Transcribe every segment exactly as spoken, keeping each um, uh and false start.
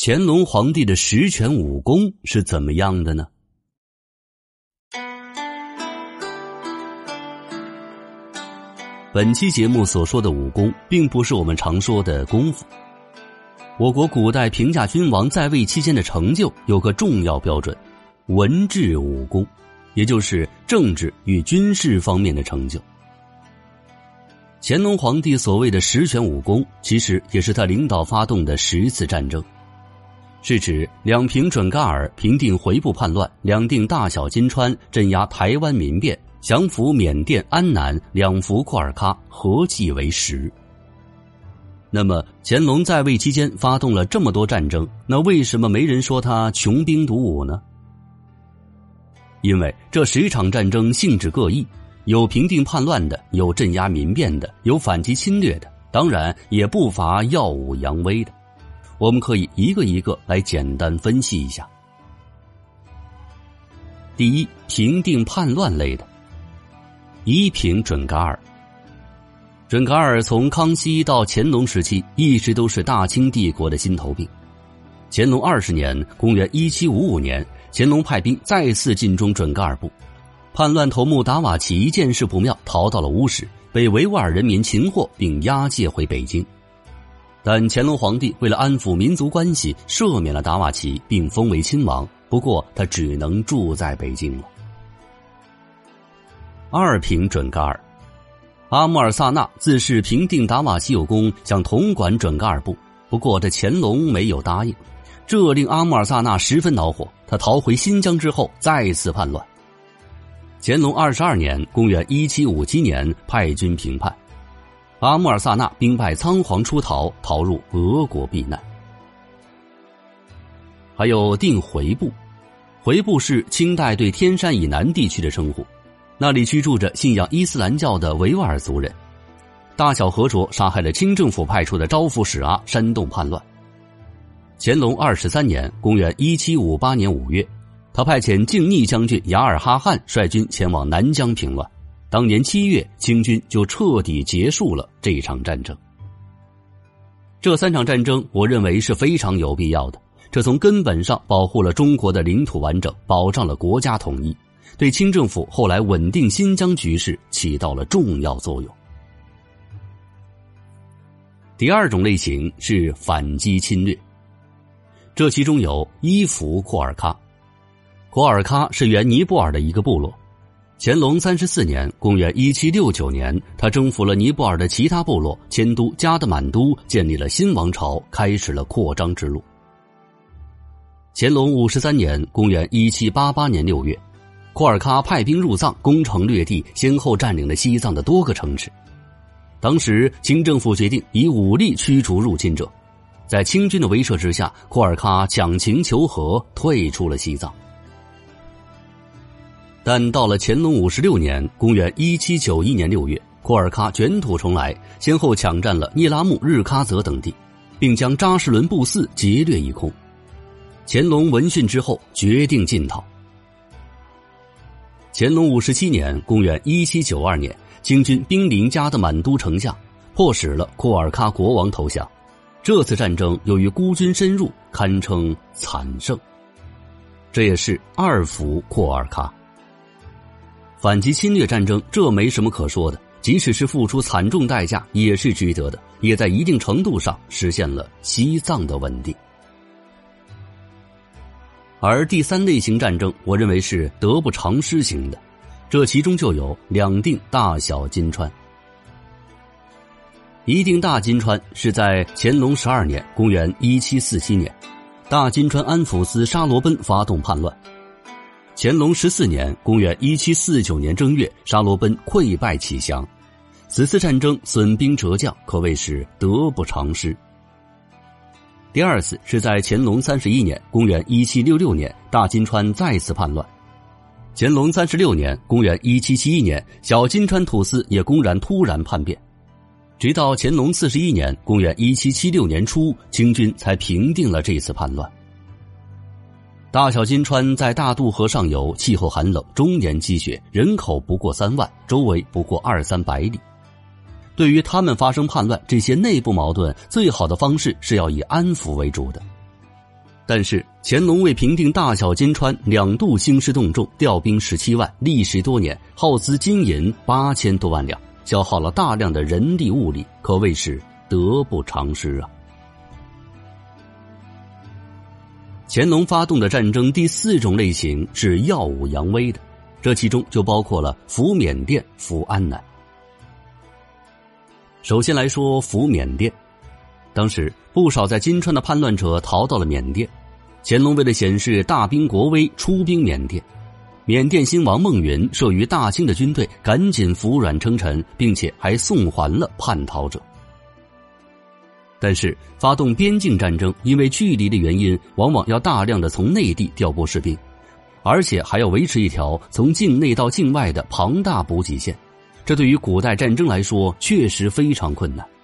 乾隆皇帝的十全武功是怎么样的呢？本期节目所说的武功并不是我们常说的功夫。我国古代评价君王在位期间的成就有个重要标准，文治武功，也就是政治与军事方面的成就。乾隆皇帝所谓的十全武功，其实也是他领导发动的十次战争，是指两平准噶尔平定回部叛乱，两定大小金川，镇压台湾民变，降服缅甸安南，两服库尔喀，合计为十。那么乾隆在位期间发动了这么多战争，那为什么没人说他穷兵黩武呢？因为这十场战争性质各异，有平定叛乱的，有镇压民变的，有反击侵略的，当然也不乏耀武扬威的。我们可以一个一个来简单分析一下。第一，平定叛乱类的。一平准噶尔。准噶尔从康熙到乾隆时期一直都是大清帝国的心头病。乾隆二十年，公元一七五五年，乾隆派兵再次进攻准噶尔部，叛乱头目达瓦齐见势不妙，逃到了乌什，被维吾尔人民擒获并押解回北京。但乾隆皇帝为了安抚民族关系，赦免了达瓦齐并封为亲王，不过他只能住在北京了。二平准噶尔。阿穆尔萨纳自恃平定达瓦齐有功，想统管准噶尔部，不过这乾隆没有答应，这令阿穆尔萨纳十分恼火，他逃回新疆之后再次叛乱。乾隆二十二年，公元一七五七年，派军平叛，阿穆尔萨纳兵败仓皇出逃，逃入俄国避难。还有定回部。回部是清代对天山以南地区的称呼，那里居住着信仰伊斯兰教的维吾尔族人。大小和卓杀害了清政府派出的招抚使阿，煽动叛乱。乾隆二十三年，公元一七五八年五月，他派遣靖逆将军雅尔哈汗率军前往南疆平乱。当年七月，清军就彻底结束了这场战争。这三场战争我认为是非常有必要的，这从根本上保护了中国的领土完整，保障了国家统一，对清政府后来稳定新疆局势起到了重要作用。第二种类型是反击侵略，这其中有伊服库尔喀。库尔喀是原尼泊尔的一个部落。乾隆三十四年，公元一七六九年，他征服了尼泊尔的其他部落，迁都加德满都，建立了新王朝，开始了扩张之路。乾隆五十三年，公元一七八八年六月，库尔喀派兵入藏，攻城略地，先后占领了西藏的多个城池。当时清政府决定以武力驱逐入侵者，在清军的威慑之下，库尔喀讲情求和，退出了西藏。但到了乾隆五十六年，公元一七九一年六月，库尔喀卷土重来，先后抢占了聂拉木、日喀则等地，并将扎什伦布寺劫掠一空。乾隆闻讯之后，决定进讨。乾隆五十七年，公元一七九二年，清军兵临加德满都城下，迫使了库尔喀国王投降。这次战争由于孤军深入，堪称惨胜。这也是二服库尔喀。反击侵略战争，这没什么可说的，即使是付出惨重代价也是值得的，也在一定程度上实现了西藏的稳定。而第三类型战争，我认为是得不偿失型的，这其中就有两定大小金川。一定大金川是在乾隆十二年，公元一七四七年，大金川安抚司沙罗奔发动叛乱。乾隆十四年，公元一七四九年正月，沙罗奔溃败起降。此次战争损兵折将，可谓是得不偿失。第二次是在乾隆三十一年，公元一七六六年，大金川再次叛乱。乾隆三十六年，公元一七七一年，小金川土司也公然突然叛变。直到乾隆四十一年，公元一七七六年初，清军才平定了这次叛乱。大小金川在大渡河上游，气候寒冷，终年积雪，人口不过三万，周围不过二三百里。对于他们发生叛乱，这些内部矛盾最好的方式是要以安抚为主的。 但是乾隆为平定大小金川两度兴师动众，调兵十七万，历时多年，耗资金银八千多万两，消耗了大量的人力物力，可谓是得不偿失啊。乾隆发动的战争第四种类型是耀武扬威的，这其中就包括了扶缅甸、扶安南。首先来说扶缅甸，当时不少在金川的叛乱者逃到了缅甸，乾隆为了显示大兵国威，出兵缅甸。缅甸新王孟云慑于大清的军队，赶紧服软称臣，并且还送还了叛逃者。但是发动边境战争，因为距离的原因，往往要大量的从内地调拨士兵，而且还要维持一条从境内到境外的庞大补给线，这对于古代战争来说确实非常困难。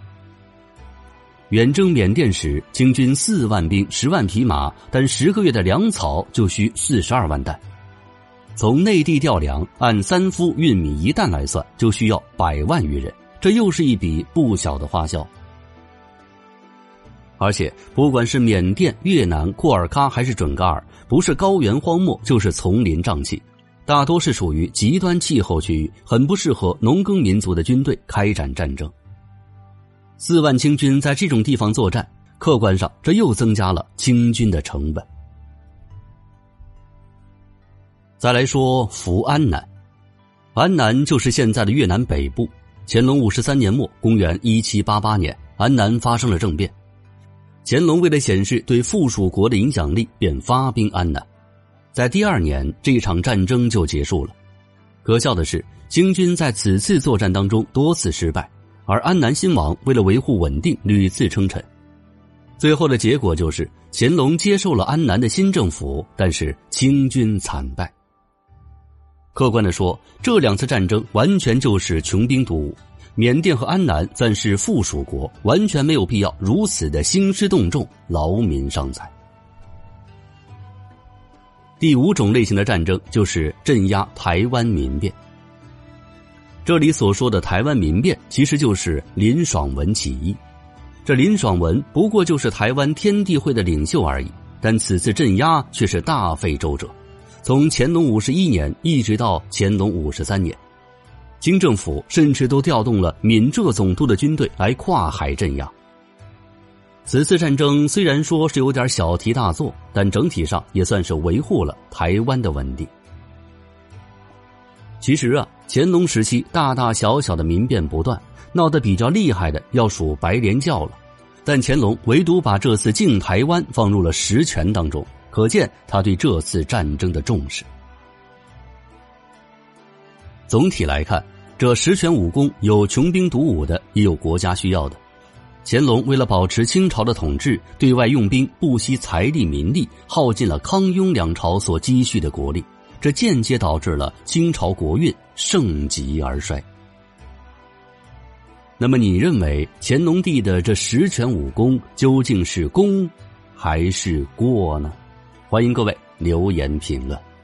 远征缅甸时，清军四万兵十万匹马，但十个月的粮草就需四十二万担。从内地调粮，按三夫运米一担来算，就需要百万余人，这又是一笔不小的花销。而且不管是缅甸、越南、库尔喀还是准噶尔，不是高原荒漠就是丛林瘴气，大多是属于极端气候区域，很不适合农耕民族的军队开展战争。四万清军在这种地方作战，客观上这又增加了清军的成本。再来说扶安南，安南就是现在的越南北部。乾隆五十三年末，公元一七八八年，安南发生了政变。乾隆为了显示对附属国的影响力，便发兵安南。在第二年，这场战争就结束了。可笑的是，清军在此次作战当中多次失败，而安南新王为了维护稳定，屡次称臣。最后的结果就是乾隆接受了安南的新政府，但是清军惨败。客观地说，这两次战争完全就是穷兵黩武，缅甸和安南算是附属国，完全没有必要如此的兴师动众，劳民伤财。第五种类型的战争就是镇压台湾民变。这里所说的台湾民变，其实就是林爽文起义。这林爽文不过就是台湾天地会的领袖而已，但此次镇压却是大费周折，从乾隆五十一年一直到乾隆五十三年。清政府甚至都调动了闽浙总督的军队来跨海镇压。此次战争虽然说是有点小题大做，但整体上也算是维护了台湾的稳定。其实啊，乾隆时期大大小小的民变不断，闹得比较厉害的要数白莲教了，但乾隆唯独把这次靖台湾放入了实权当中，可见他对这次战争的重视。总体来看，这实权武功有穷兵黩武的，也有国家需要的。乾隆为了保持清朝的统治，对外用兵不惜财力民力，耗尽了康雍两朝所积蓄的国力，这间接导致了清朝国运盛极而衰。那么你认为乾隆帝的这实权武功究竟是功还是过呢？欢迎各位留言评论。